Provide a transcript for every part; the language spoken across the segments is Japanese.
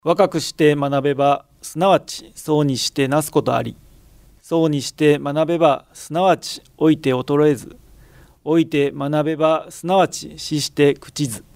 若くして学べば、すなわちそうにしてなすことあり。そうにして学べば、すなわち老いて衰えず。老いて学べば、すなわち死して朽ちず。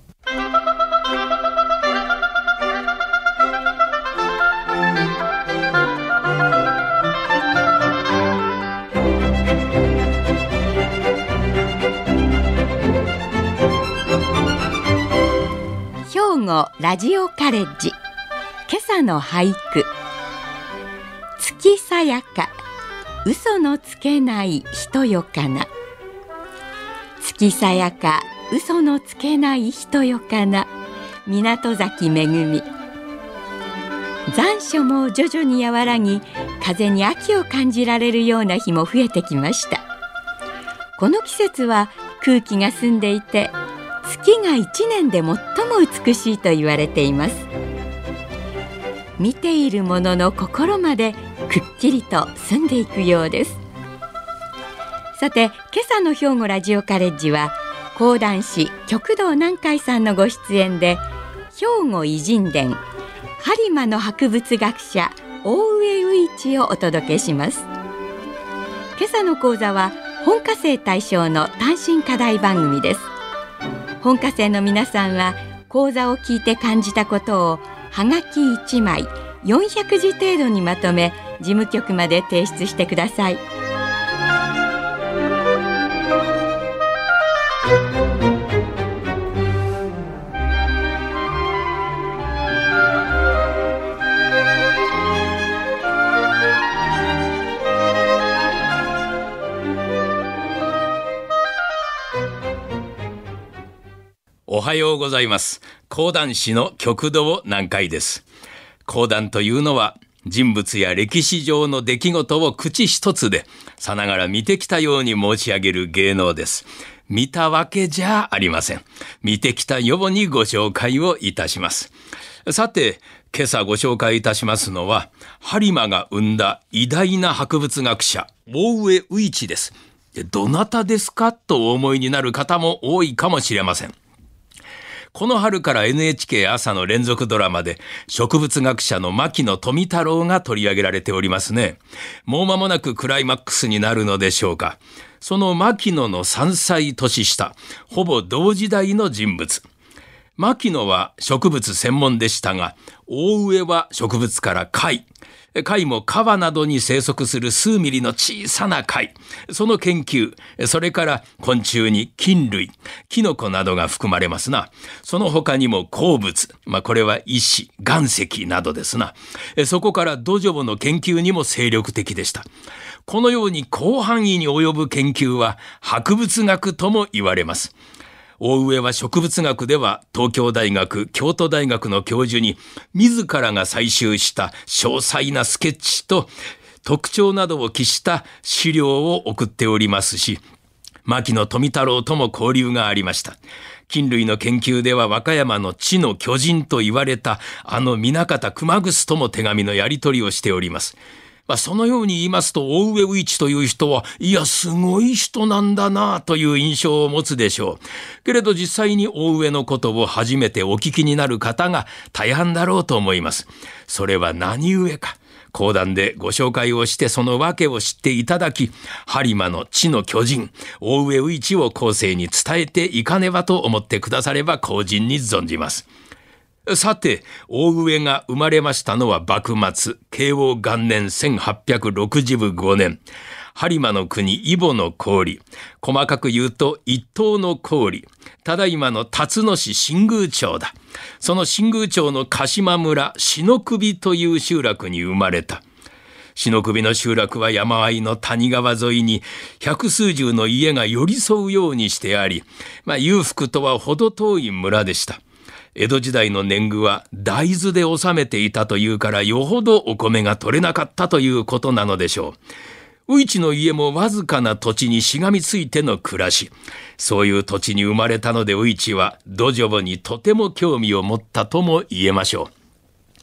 兵庫ラジオカレッジ、今朝の俳句。月さやか、嘘のつけない人よかな。月さやか、嘘のつけない人よかな。港崎めぐみ。残暑も徐々に和らぎ、風に秋を感じられるような日も増えてきました。この季節は空気が澄んでいて、月が一年で最も美しいと言われています。見ている者の心までくっきりと澄んでいくようです。さて、今朝の兵庫ラジオカレッジは講談師旭堂南海さんのご出演で、兵庫偉人伝播磨の博物学者大上宇一をお届けします。今朝の講座は本科生対象の単身課題番組です。本科生の皆さんは講座を聞いて感じたことをはがき1枚400字程度にまとめ、事務局まで提出してください。 おはようございます。講談師の旭堂南海です。講談というのは、人物や歴史上の出来事を口一つでさながら見てきたように申し上げる芸能です。見たわけじゃありません。見てきたようにご紹介をいたします。さて、今朝ご紹介いたしますのは、播磨が生んだ偉大な博物学者大上宇一です。どなたですかとお思いになる方も多いかもしれません。この春から NHK 朝の連続ドラマで植物学者の牧野富太郎が取り上げられておりますね。もう間もなくクライマックスになるのでしょうか。その牧野の3歳年下、ほぼ同時代の人物。牧野は植物専門でしたが、大上は植物から貝。貝も川などに生息する数ミリの小さな貝。その研究、それから昆虫に菌類、キノコなどが含まれますな。その他にも鉱物、これは石、岩石などですな。そこから土壌の研究にも精力的でした。このように広範囲に及ぶ研究は博物学とも言われます。大上は植物学では東京大学、京都大学の教授に自らが採集した詳細なスケッチと特徴などを記した資料を送っておりますし、牧野富太郎とも交流がありました。菌類の研究では和歌山の知の巨人と言われた南方熊楠とも手紙のやり取りをしております。そのように言いますと、大上宇一という人は、いや、すごい人なんだなという印象を持つでしょう。けれど実際に大上のことを初めてお聞きになる方が大半だろうと思います。それは何故か。講談でご紹介をしてその訳を知っていただき、播磨の知の巨人、大上宇一を後世に伝えていかねばと思ってくだされば後人に存じます。さて、大上が生まれましたのは幕末、慶応元年1865年。播磨の国、揖保の郡。細かく言うと、一等の郡。ただいまの辰野市新宮町だ。その新宮町の鹿島村、篠首という集落に生まれた。篠首の集落は山あいの谷川沿いに百数十の家が寄り添うようにしてあり、裕福とは程遠い村でした。江戸時代の年貢は大豆で納めていたというからよほどお米が取れなかったということなのでしょう。宇一の家もわずかな土地にしがみついての暮らし。そういう土地に生まれたので宇一は土壌にとても興味を持ったとも言えましょう。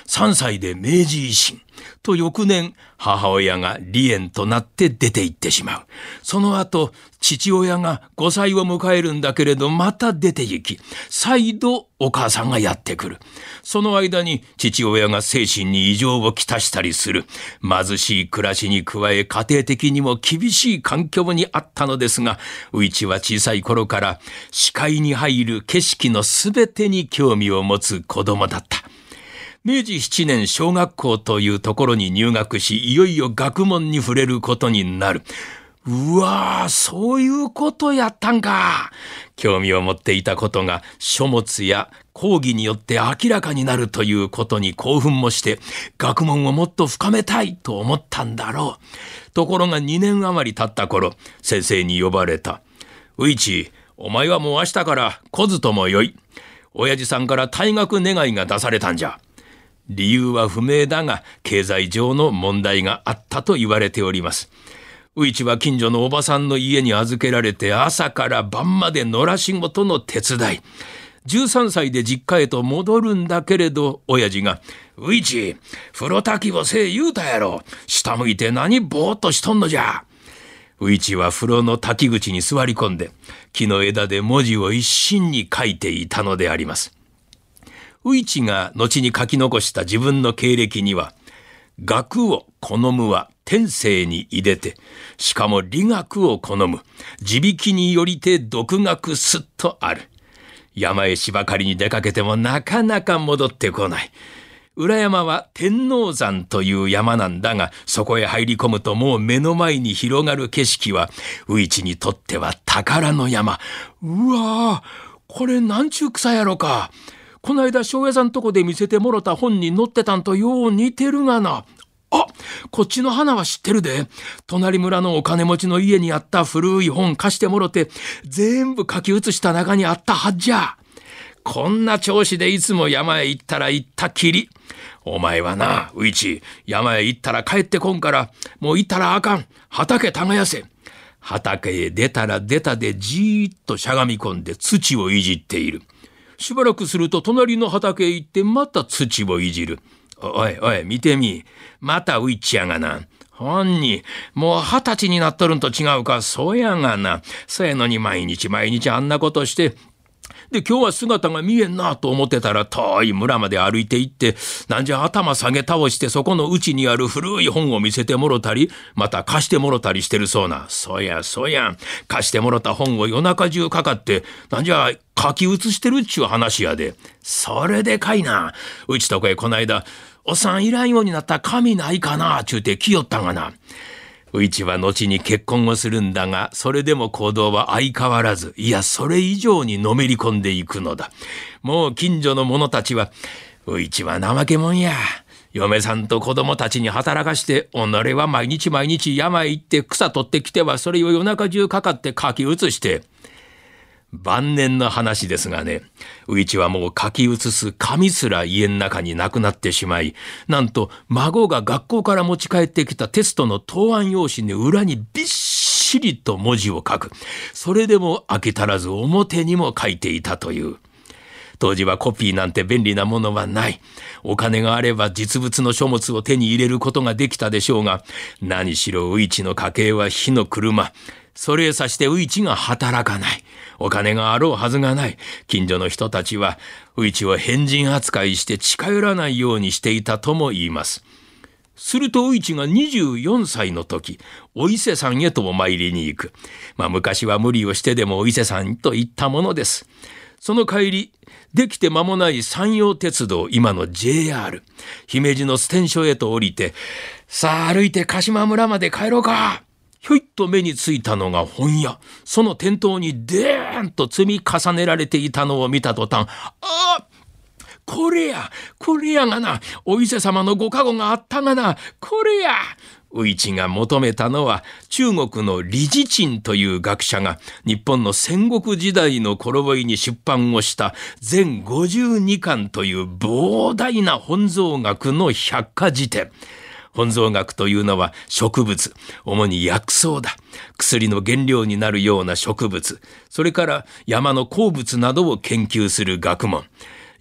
3歳で明治維新と翌年母親が離縁となって出て行ってしまう。その後父親が5歳を迎えるんだけれどまた出て行き、再度お母さんがやってくる。その間に父親が精神に異常をきたしたりする。貧しい暮らしに加え家庭的にも厳しい環境にあったのですが、ういちは小さい頃から視界に入る景色のすべてに興味を持つ子供だった。明治7年小学校というところに入学し、いよいよ学問に触れることになる。うわー、そういうことやったんか。興味を持っていたことが書物や講義によって明らかになるということに興奮もして、学問をもっと深めたいと思ったんだろう。ところが2年余り経った頃、先生に呼ばれた。ういち、お前はもう明日から来ずともよい。親父さんから退学願いが出されたんじゃ。理由は不明だが、経済上の問題があったと言われております。ういちは近所のおばさんの家に預けられて、朝から晩まで野良仕事の手伝い。13歳で実家へと戻るんだけれど、親父が、ういち、風呂炊きをせえ言うたやろ。下向いて何ぼーっとしとんのじゃ。ういちは風呂の炊き口に座り込んで、木の枝で文字を一心に書いていたのであります。ういちが後に書き残した自分の経歴には、学を好むは天性にいでて、しかも理学を好む、地引きによりて独学すっとある。山へ芝刈りに出かけてもなかなか戻ってこない。裏山は天王山という山なんだが、そこへ入り込むともう目の前に広がる景色は、ういちにとっては宝の山。うわー、これなんちゅう草やろか。この間庄屋さんとこで見せてもろた本に載ってたんとよう似てるがな。あ、こっちの花は知ってるで。隣村のお金持ちの家にあった古い本貸してもろて、全部書き写した中にあったはずじゃ。こんな調子でいつも山へ行ったら行ったきり。お前はな、ういち、山へ行ったら帰ってこんから、もう行ったらあかん。畑耕せ。畑へ出たら出たでじーっとしゃがみ込んで土をいじっている。しばらくすると隣の畑へ行ってまた土をいじる。おいおい見てみ。またういちやがな。ほんに、もう20歳になっとるんと違うか。そうやがな。そうやのに毎日あんなことして、で今日は姿が見えんなと思ってたら遠い村まで歩いて行って、なんじゃ頭下げ倒してそこのうちにある古い本を見せてもろたり、また貸してもろたりしてるそうな。そうや貸してもろた本を夜中中かかって、なんじゃ書き写してるっちゅう話やで。それでかいな。うちとこへこないだ、おっさんいらんようになった紙ないかなちゅうて来よったがな。ういちは後に結婚をするんだが、それでも行動は相変わらず、いやそれ以上にのめり込んでいくのだ。もう近所の者たちは、ういちは怠けもんや。嫁さんと子供たちに働かして、己は毎日山へ行って草取ってきてはそれを夜中中かかって書き写して。晩年の話ですがね、ういちはもう書き写す紙すら家の中になくなってしまい、なんと孫が学校から持ち帰ってきたテストの答案用紙の裏にびっしりと文字を書く。それでも飽き足らず表にも書いていたという。当時はコピーなんて便利なものはない。お金があれば実物の書物を手に入れることができたでしょうが、何しろういちの家計は火の車。それへさしてういちが働かない。お金があろうはずがない。近所の人たちはういちを変人扱いして近寄らないようにしていたとも言います。するとういちが24歳の時、お伊勢さんへとお参りに行く。昔は無理をしてでもお伊勢さんと言ったものです。その帰り、できて間もない山陽鉄道、今の JR、姫路の支店所へと降りて、さあ歩いて鹿島村まで帰ろうか。ひょいっと目についたのが本屋。その店頭にでーんと積み重ねられていたのを見た途端、これやがな、お伊勢様のご加護があったがな、これや。ういちが求めたのは中国の李治珍という学者が日本の戦国時代の頃合いに出版をした全52巻という膨大な本草学の百科事典。本草学というのは植物、主に薬草だ。薬の原料になるような植物、それから山の鉱物などを研究する学問。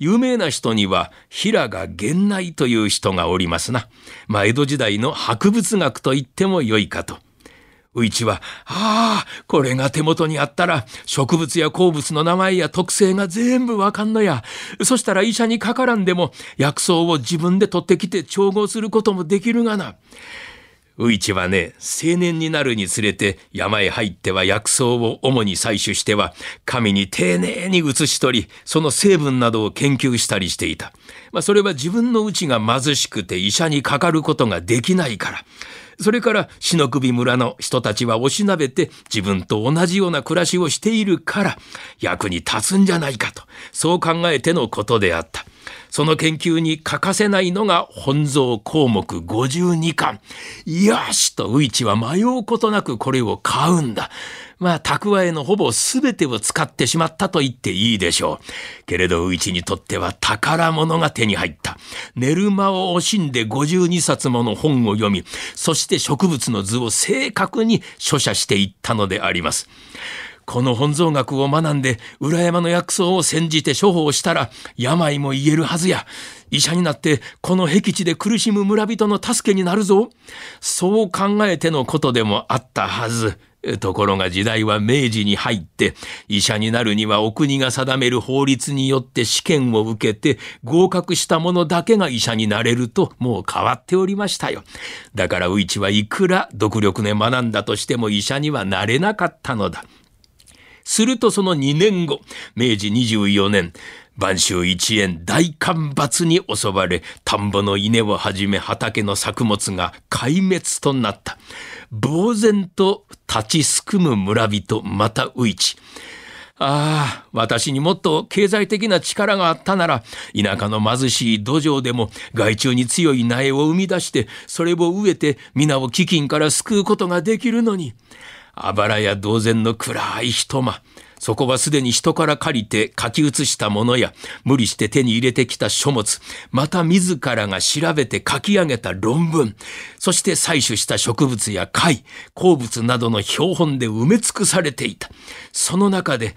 有名な人には平賀源内という人がおりますな。江戸時代の博物学と言ってもよいかと。ういちは、これが手元にあったら、植物や鉱物の名前や特性が全部わかんのや。そしたら医者にかからんでも、薬草を自分で取ってきて調合することもできるがな。ういちはね、青年になるにつれて山へ入っては薬草を主に採取しては、紙に丁寧に写し取り、その成分などを研究したりしていた。それは自分のうちが貧しくて医者にかかることができないから。それから篠首村の人たちはおしなべて自分と同じような暮らしをしているから役に立つんじゃないかと、そう考えてのことであった。その研究に欠かせないのが本草項目52巻。よしとういちは迷うことなくこれを買うんだ。蓄えのほぼ全てを使ってしまったと言っていいでしょう。けれどういちにとっては宝物が手に入った。寝る間を惜しんで52冊もの本を読み、そして植物の図を正確に書写していったのであります。この本草学を学んで裏山の薬草を煎じて処方したら病も癒えるはずや。医者になってこの僻地で苦しむ村人の助けになるぞ。そう考えてのことでもあったはず。ところが時代は明治に入って、医者になるにはお国が定める法律によって試験を受けて合格した者だけが医者になれるともう変わっておりましたよ。だからういちはいくら独力で学んだとしても医者にはなれなかったのだ。するとその2年後、明治24年、播州一円大干ばつに襲われ、田んぼの稲をはじめ畑の作物が壊滅となった。呆然と立ちすくむ村人、またういち。私にもっと経済的な力があったなら、田舎の貧しい土壌でも害虫に強い苗を生み出して、それを植えて皆を飢饉から救うことができるのに。あばらや同然の暗い一間。そこはすでに人から借りて書き写したものや、無理して手に入れてきた書物、また自らが調べて書き上げた論文、そして採取した植物や貝、鉱物などの標本で埋め尽くされていた。その中で、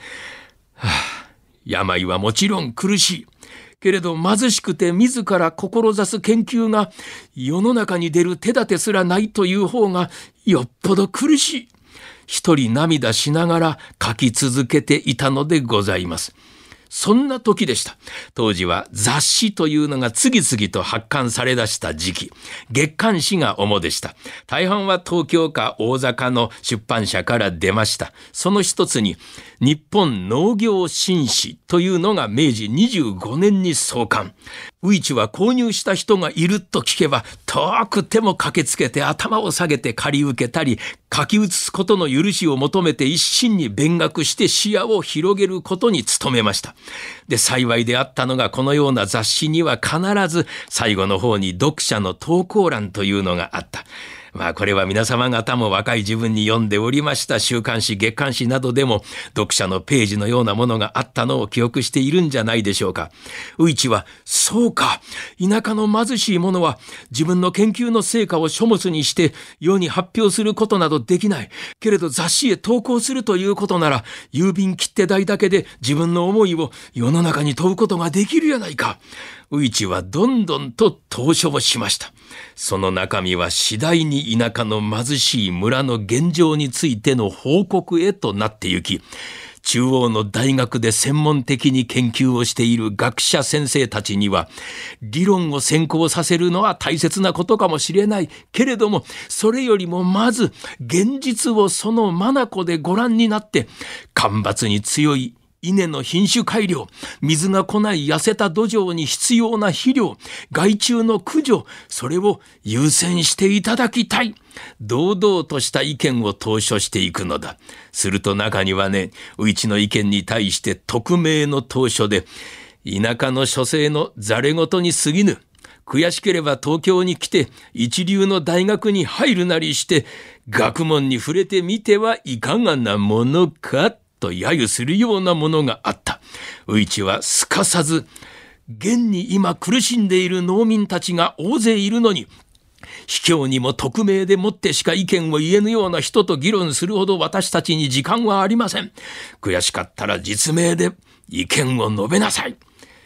病はもちろん苦しい。けれど貧しくて自ら志す研究が世の中に出る手立てすらないという方がよっぽど苦しい。一人涙しながら書き続けていたのでございます。そんな時でした。当時は雑誌というのが次々と発刊され出した時期。月刊誌が主でした。大半は東京か大阪の出版社から出ました。その一つに日本農業新誌というのが明治25年に創刊。ういちは購入した人がいると聞けば遠くても駆けつけて頭を下げて借り受けたり、書き写すことの許しを求めて一心に勉学して視野を広げることに努めました。で、幸いであったのがこのような雑誌には必ず最後の方に読者の投稿欄というのがあった。これは皆様方も若い自分に読んでおりました週刊誌、月刊誌などでも読者のページのようなものがあったのを記憶しているんじゃないでしょうか。ういちは、そうか、田舎の貧しい者は自分の研究の成果を書物にして世に発表することなどできない。けれど雑誌へ投稿するということなら、郵便切手代だけで自分の思いを世の中に問うことができるやないか。ういちはどんどんと投書をしました。その中身は次第に田舎の貧しい村の現状についての報告へとなってゆき、中央の大学で専門的に研究をしている学者先生たちには、理論を先行させるのは大切なことかもしれないけれども、それよりもまず現実をその眼でご覧になって、干ばつに強い稲の品種改良、水が来ない痩せた土壌に必要な肥料、害虫の駆除、それを優先していただきたい。堂々とした意見を投書していくのだ。すると中にはね、ういちの意見に対して匿名の投書で、田舎の書生のざれ言に過ぎぬ。悔しければ東京に来て一流の大学に入るなりして学問に触れてみてはいかがなものかと揶揄するようなものがあった。ういちはすかさず、現に今苦しんでいる農民たちが大勢いるのに、卑怯にも匿名でもってしか意見を言えぬような人と議論するほど私たちに時間はありません。悔しかったら実名で意見を述べなさい。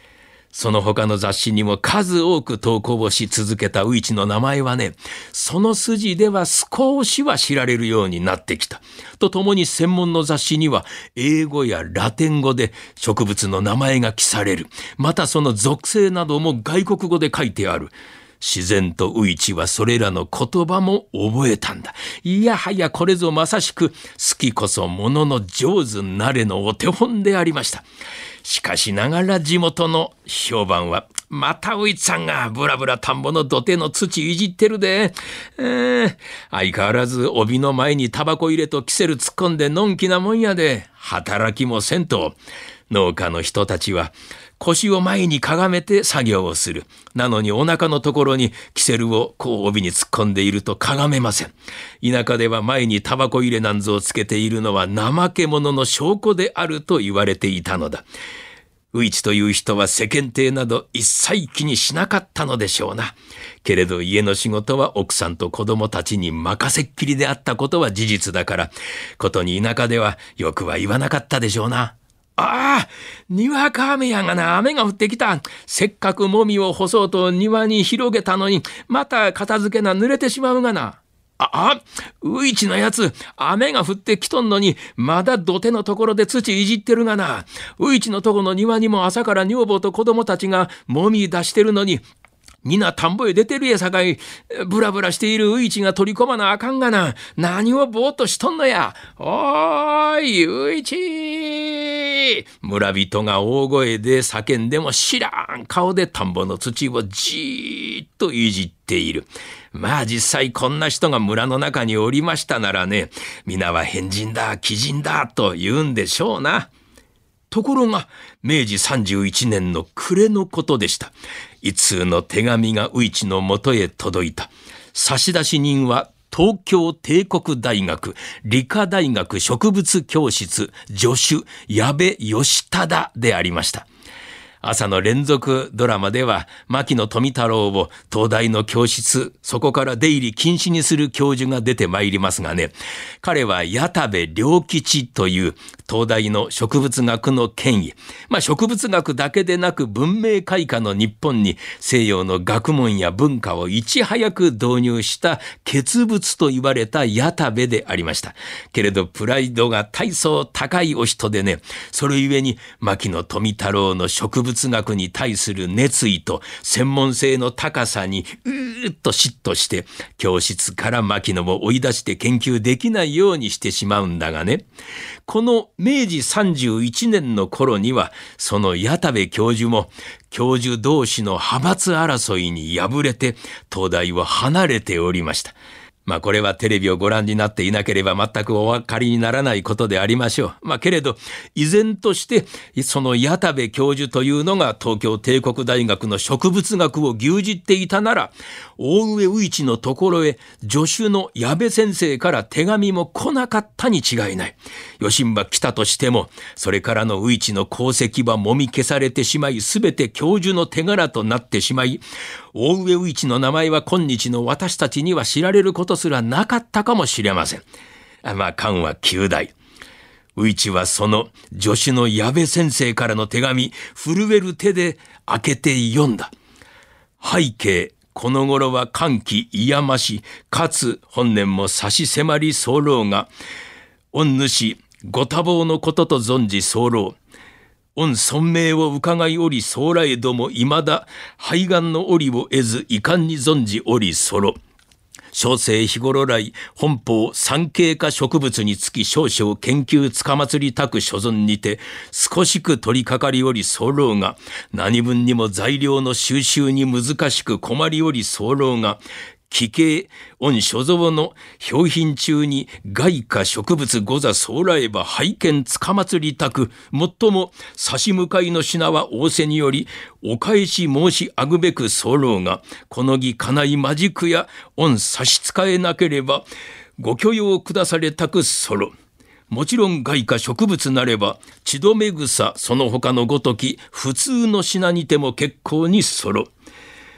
その他の雑誌にも数多く投稿をし続けた宇一の名前はね、その筋では少しは知られるようになってきた。とともに専門の雑誌には英語やラテン語で植物の名前が記される。またその属性なども外国語で書いてある。自然と宇一はそれらの言葉も覚えたんだ。いやはやこれぞまさしく好きこそものの上手なれのお手本でありました。しかしながら地元の評判は、また宇一さんがブラブラ田んぼの土手の土いじってるで。相変わらず帯の前にタバコ入れとキセル突っ込んでのんきなもんやで。働きもせんと。農家の人たちは腰を前にかがめて作業をする。なのにお腹のところにキセルをこう帯に突っ込んでいるとかがめません。田舎では前にタバコ入れなんぞをつけているのは怠け者の証拠であると言われていたのだ。宇一という人は世間体など一切気にしなかったのでしょうな。けれど家の仕事は奥さんと子供たちに任せっきりであったことは事実だから、ことに田舎ではよくは言わなかったでしょうな。ああ、にわか雨やがな、雨が降ってきた。せっかくもみを干そうと庭に広げたのに、また片付けな濡れてしまうがな。宇一のやつ、雨が降ってきとんのに、まだ土手のところで土いじってるがな。宇一のとこの庭にも朝から女房と子供たちがもみ出してるのに、みんな田んぼへ出てるやさかい、ブラブラしている宇一が取り込まなあかんがな。何をぼーっとしとんのや。おーい、宇一。村人が大声で叫んでも知らん顔で田んぼの土をじーっといじっている。まあ実際こんな人が村の中におりましたならね、皆は変人だ、奇人だと言うんでしょうな。ところが明治31年の暮れのことでした。一通の手紙が宇一のもとへ届いた。差出人は東京帝国大学理科大学植物教室助手矢部義忠でありました。朝の連続ドラマでは牧野富太郎を東大の教室、そこから出入り禁止にする教授が出てまいりますがね、彼は矢田部良吉という東大の植物学の権威、植物学だけでなく文明開化の日本に西洋の学問や文化をいち早く導入した傑物と言われた矢田部でありました。けれどプライドが大層高いお人でね、それゆえに牧野富太郎の植物学に対する熱意と専門性の高さにと嫉妬して教室から牧野を追い出して研究できないようにしてしまうんだがね、この明治31年の頃にはその矢田部教授も教授同士の派閥争いに敗れて東大を離れておりました。これはテレビをご覧になっていなければ全くお分かりにならないことでありましょう。けれど依然としてその矢田部教授というのが東京帝国大学の植物学を牛耳っていたなら、大上宇一のところへ助手の矢部先生から手紙も来なかったに違いない。余震は来たとしてもそれからの宇一の功績はもみ消されてしまい、すべて教授の手柄となってしまい、大上宇一の名前は今日の私たちには知られることすらなかったかもしれません。官は9代。宇一はその助手の矢部先生からの手紙、震える手で開けて読んだ。背景、この頃は歓喜いやまし、かつ本年も差し迫り候が、御主ご多忙のことと存じ候。御尊名を伺いおり候らえども未だ肺がんの折を得ず遺憾に存じおり候。小生日頃来本法産経化植物につき少々研究つかまつりたく所存にて少しく取り掛かりおり候が、何分にも材料の収集に難しく困りおり候が、奇形御所蔵の表品中に外貨植物ござそうらえば拝見つかまつりたく、もっとも差し向かいの品は仰せによりお返し申しあぐべく候が、この儀かないまじくや御差し支えなければご許容くだされたく候。もちろん外貨植物なれば血止め草その他のごとき普通の品にても結構に候。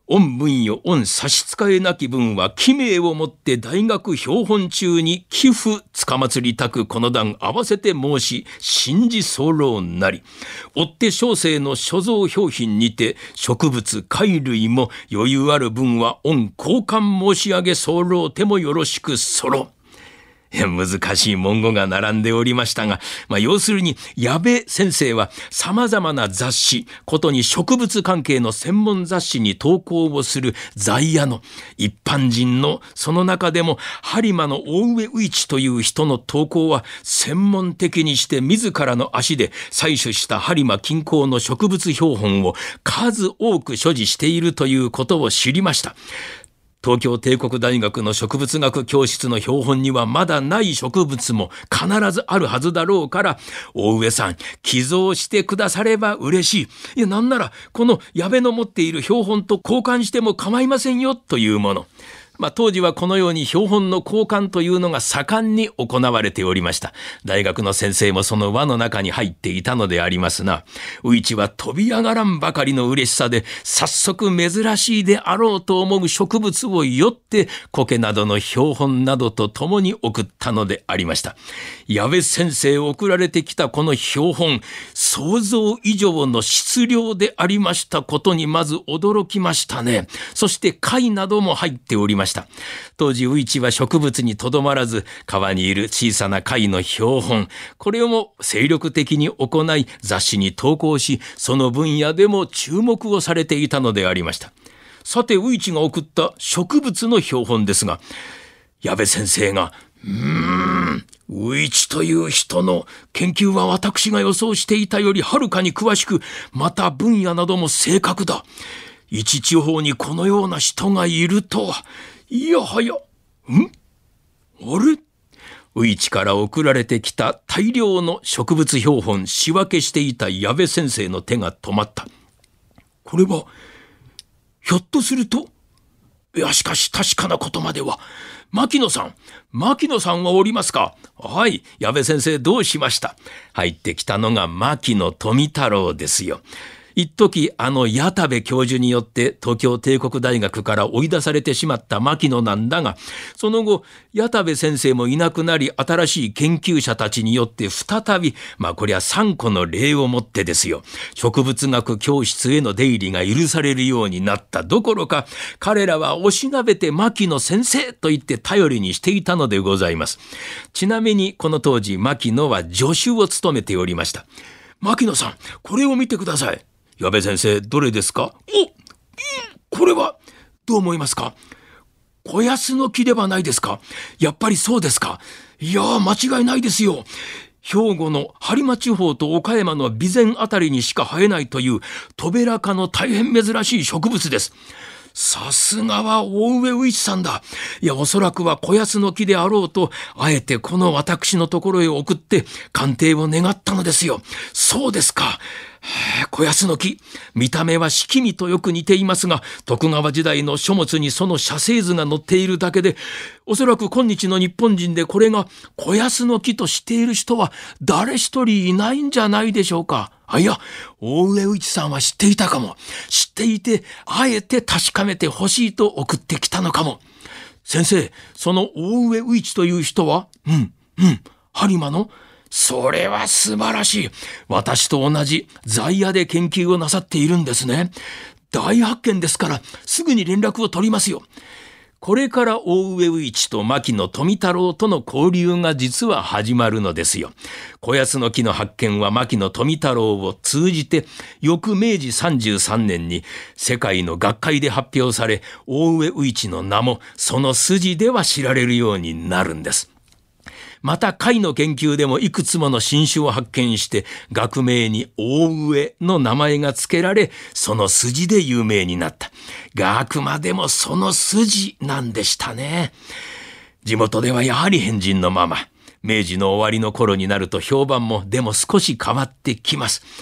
御分与御差し支えなき分は記名をもって大学標本中に寄付つかまつりたくこの段合わせて申し信じ候なり、追って小生の所蔵表品にて植物貝類も余裕ある分は御交換申し上げ候てもよろしく候。難しい文語が並んでおりましたが、要するに矢部先生は様々な雑誌、ことに植物関係の専門雑誌に投稿をする在野の一般人の、その中でも播磨の大上宇一という人の投稿は専門的にして自らの足で採取した播磨近郊の植物標本を数多く所持しているということを知りました。東京帝国大学の植物学教室の標本にはまだない植物も必ずあるはずだろうから、大上さん寄贈してくだされば嬉しい。なんならこの矢部の持っている標本と交換しても構いませんよというもの。当時はこのように標本の交換というのが盛んに行われておりました。大学の先生もその輪の中に入っていたのでありますな。宇一は飛び上がらんばかりの嬉しさで、早速珍しいであろうと思う植物をよって苔などの標本などと共に送ったのでありました。矢部先生送られてきたこの標本、想像以上の質量でありましたことにまず驚きましたね。そして貝なども入っておりました。当時宇一は植物にとどまらず、川にいる小さな貝の標本、これをも精力的に行い雑誌に投稿し、その分野でも注目をされていたのでありました。さて宇一が送った植物の標本ですが、矢部先生が宇一という人の研究は私が予想していたよりはるかに詳しく、また分野なども正確だ。一地方にこのような人がいるとは。いやはや、あれ？宇一から送られてきた大量の植物標本仕分けしていた矢部先生の手が止まった。これはひょっとすると、しかし確かなことまでは。牧野さんはおりますか？はい、矢部先生どうしました？入ってきたのが牧野富太郎ですよ。一時矢田部教授によって東京帝国大学から追い出されてしまった牧野なんだが、その後矢田部先生もいなくなり、新しい研究者たちによって再び、こりゃ3個の例をもってですよ、植物学教室への出入りが許されるようになったどころか、彼らはおしなべて牧野先生と言って頼りにしていたのでございます。ちなみにこの当時牧野は助手を務めておりました。牧野さん、これを見てください。矢部先生、どれですか？これはどう思いますか？小安の木ではないですか？やっぱりそうですか？いやー、間違いないですよ。兵庫の播磨地方と岡山の備前あたりにしか生えないというトベラ科の大変珍しい植物です。さすがは大上宇一さんだ。いや、おそらくは小安の木であろうと、あえてこの私のところへ送って鑑定を願ったのですよ。そうですか。小安の木、見た目は式見とよく似ていますが、徳川時代の書物にその写生図が載っているだけで、おそらく今日の日本人でこれが小安の木と知っている人は誰一人いないんじゃないでしょうか。いや、大上宇一さんは知っていたかも。知っていて、あえて確かめてほしいと送ってきたのかも。先生、その大上宇一という人は播磨の？それは素晴らしい。私と同じ在野で研究をなさっているんですね。大発見ですから、すぐに連絡を取りますよ。これから大上宇一と牧野富太郎との交流が実は始まるのですよ。小安の木の発見は牧野富太郎を通じて、翌明治33年に世界の学会で発表され、大上宇一の名もその筋では知られるようになるんです。また貝の研究でもいくつもの新種を発見して、学名に大上の名前が付けられ、その筋で有名になった。があくまでもその筋なんでしたね。地元ではやはり変人のまま。明治の終わりの頃になると評判もでも少し変わってきます。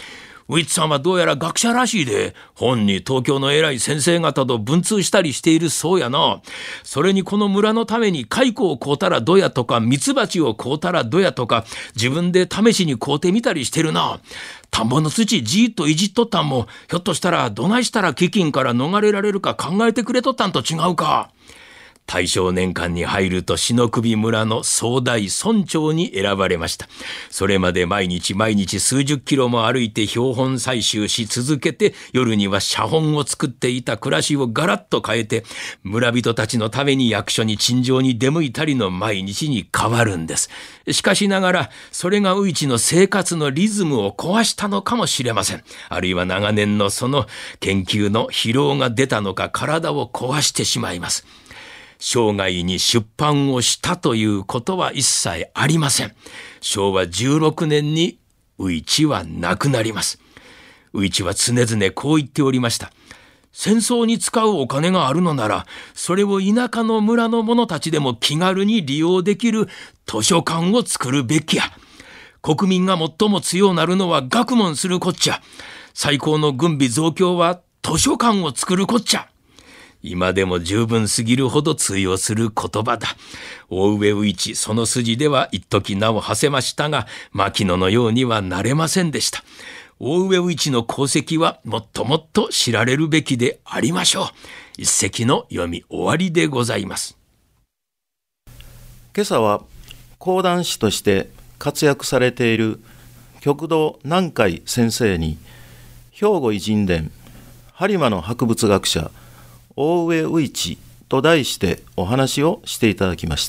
ウイッチさんはどうやら学者らしいで、本に東京の偉い先生方と文通したりしているそうやな。それにこの村のために蚕を買うたらどやとか、ミツバチを買うたらどやとか、自分で試しに買うてみたりしてるな。田んぼの土じーっといじっとったんも、ひょっとしたらどないしたら飢饉から逃れられるか考えてくれとったんと違うか。大正年間に入ると篠首村の総大村長に選ばれました。それまで毎日数十キロも歩いて標本採集し続けて、夜には写本を作っていた暮らしをガラッと変えて、村人たちのために役所に陳情に出向いたりの毎日に変わるんです。しかしながら、それがウイチの生活のリズムを壊したのかもしれません。あるいは長年のその研究の疲労が出たのか、体を壊してしまいます。生涯に出版をしたということは一切ありません。昭和16年にウイチは亡くなります。ウイチは常々こう言っておりました。戦争に使うお金があるのなら、それを田舎の村の者たちでも気軽に利用できる図書館を作るべきや。国民が最も強なるのは学問するこっちゃ。最高の軍備増強は図書館を作るこっちゃ。今でも十分すぎるほど通用する言葉だ。大上ウイチ、その筋では一時名を馳せましたが、牧野のようにはなれませんでした。大上ウイチの功績はもっともっと知られるべきでありましょう。一席の読み終わりでございます。 今朝は講談師として活躍されている旭堂南海先生に、兵庫偉人伝播磨の博物学者大上宇一と題してお話をしていただきました。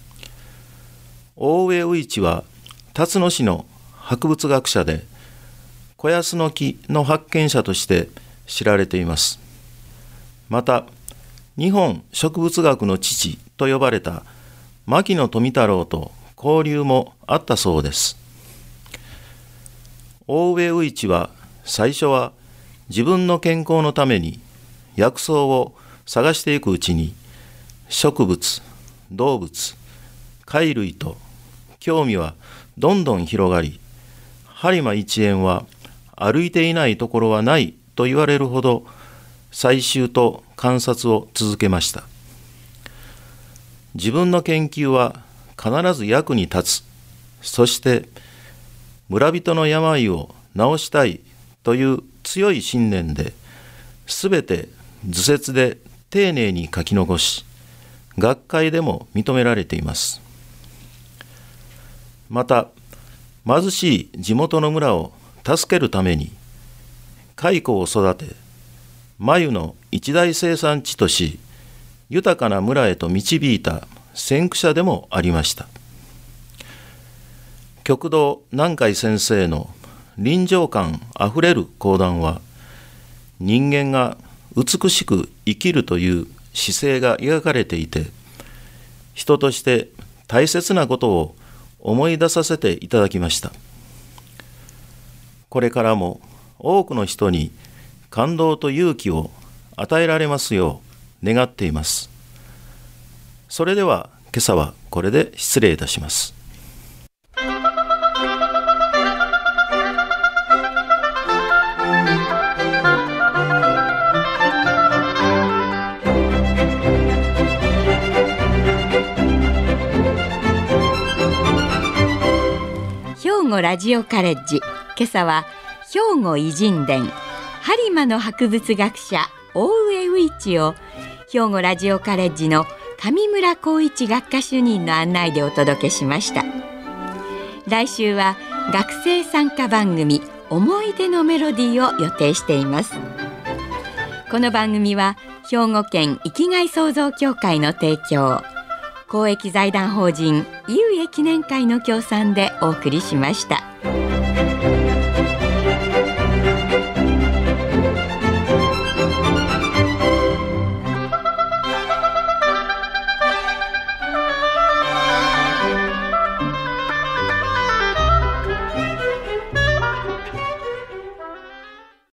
大上宇一は辰野市の博物学者で、小安の木の発見者として知られています。また、日本植物学の父と呼ばれた牧野富太郎と交流もあったそうです。大上宇一は最初は自分の健康のために薬草を探していくうちに、植物、動物、貝類と興味はどんどん広がり、播磨一円は歩いていないところはないと言われるほど採集と観察を続けました。自分の研究は必ず役に立つ、そして村人の病を治したいという強い信念で、すべて図説で丁寧に書き残し、学会でも認められています。また、貧しい地元の村を助けるために、蚕を育て、繭の一大生産地とし、豊かな村へと導いた先駆者でもありました。旭堂南海先生の臨場感あふれる講談は、人間が美しく生きるという姿勢が描かれていて、人として大切なことを思い出させていただきました。これからも多くの人に感動と勇気を与えられますよう願っています。それでは今朝はこれで失礼いたします。 兵庫ラジオカレッジ、今朝は兵庫偉人伝播磨の博物学者大上宇一を兵庫ラジオカレッジの上村光一学科主任の案内でお届けしました。来週は学生参加番組思い出のメロディーを予定しています。この番組は兵庫県生きがい創造協会の提供、公益財団法人井上記念会の協賛でお送りしました。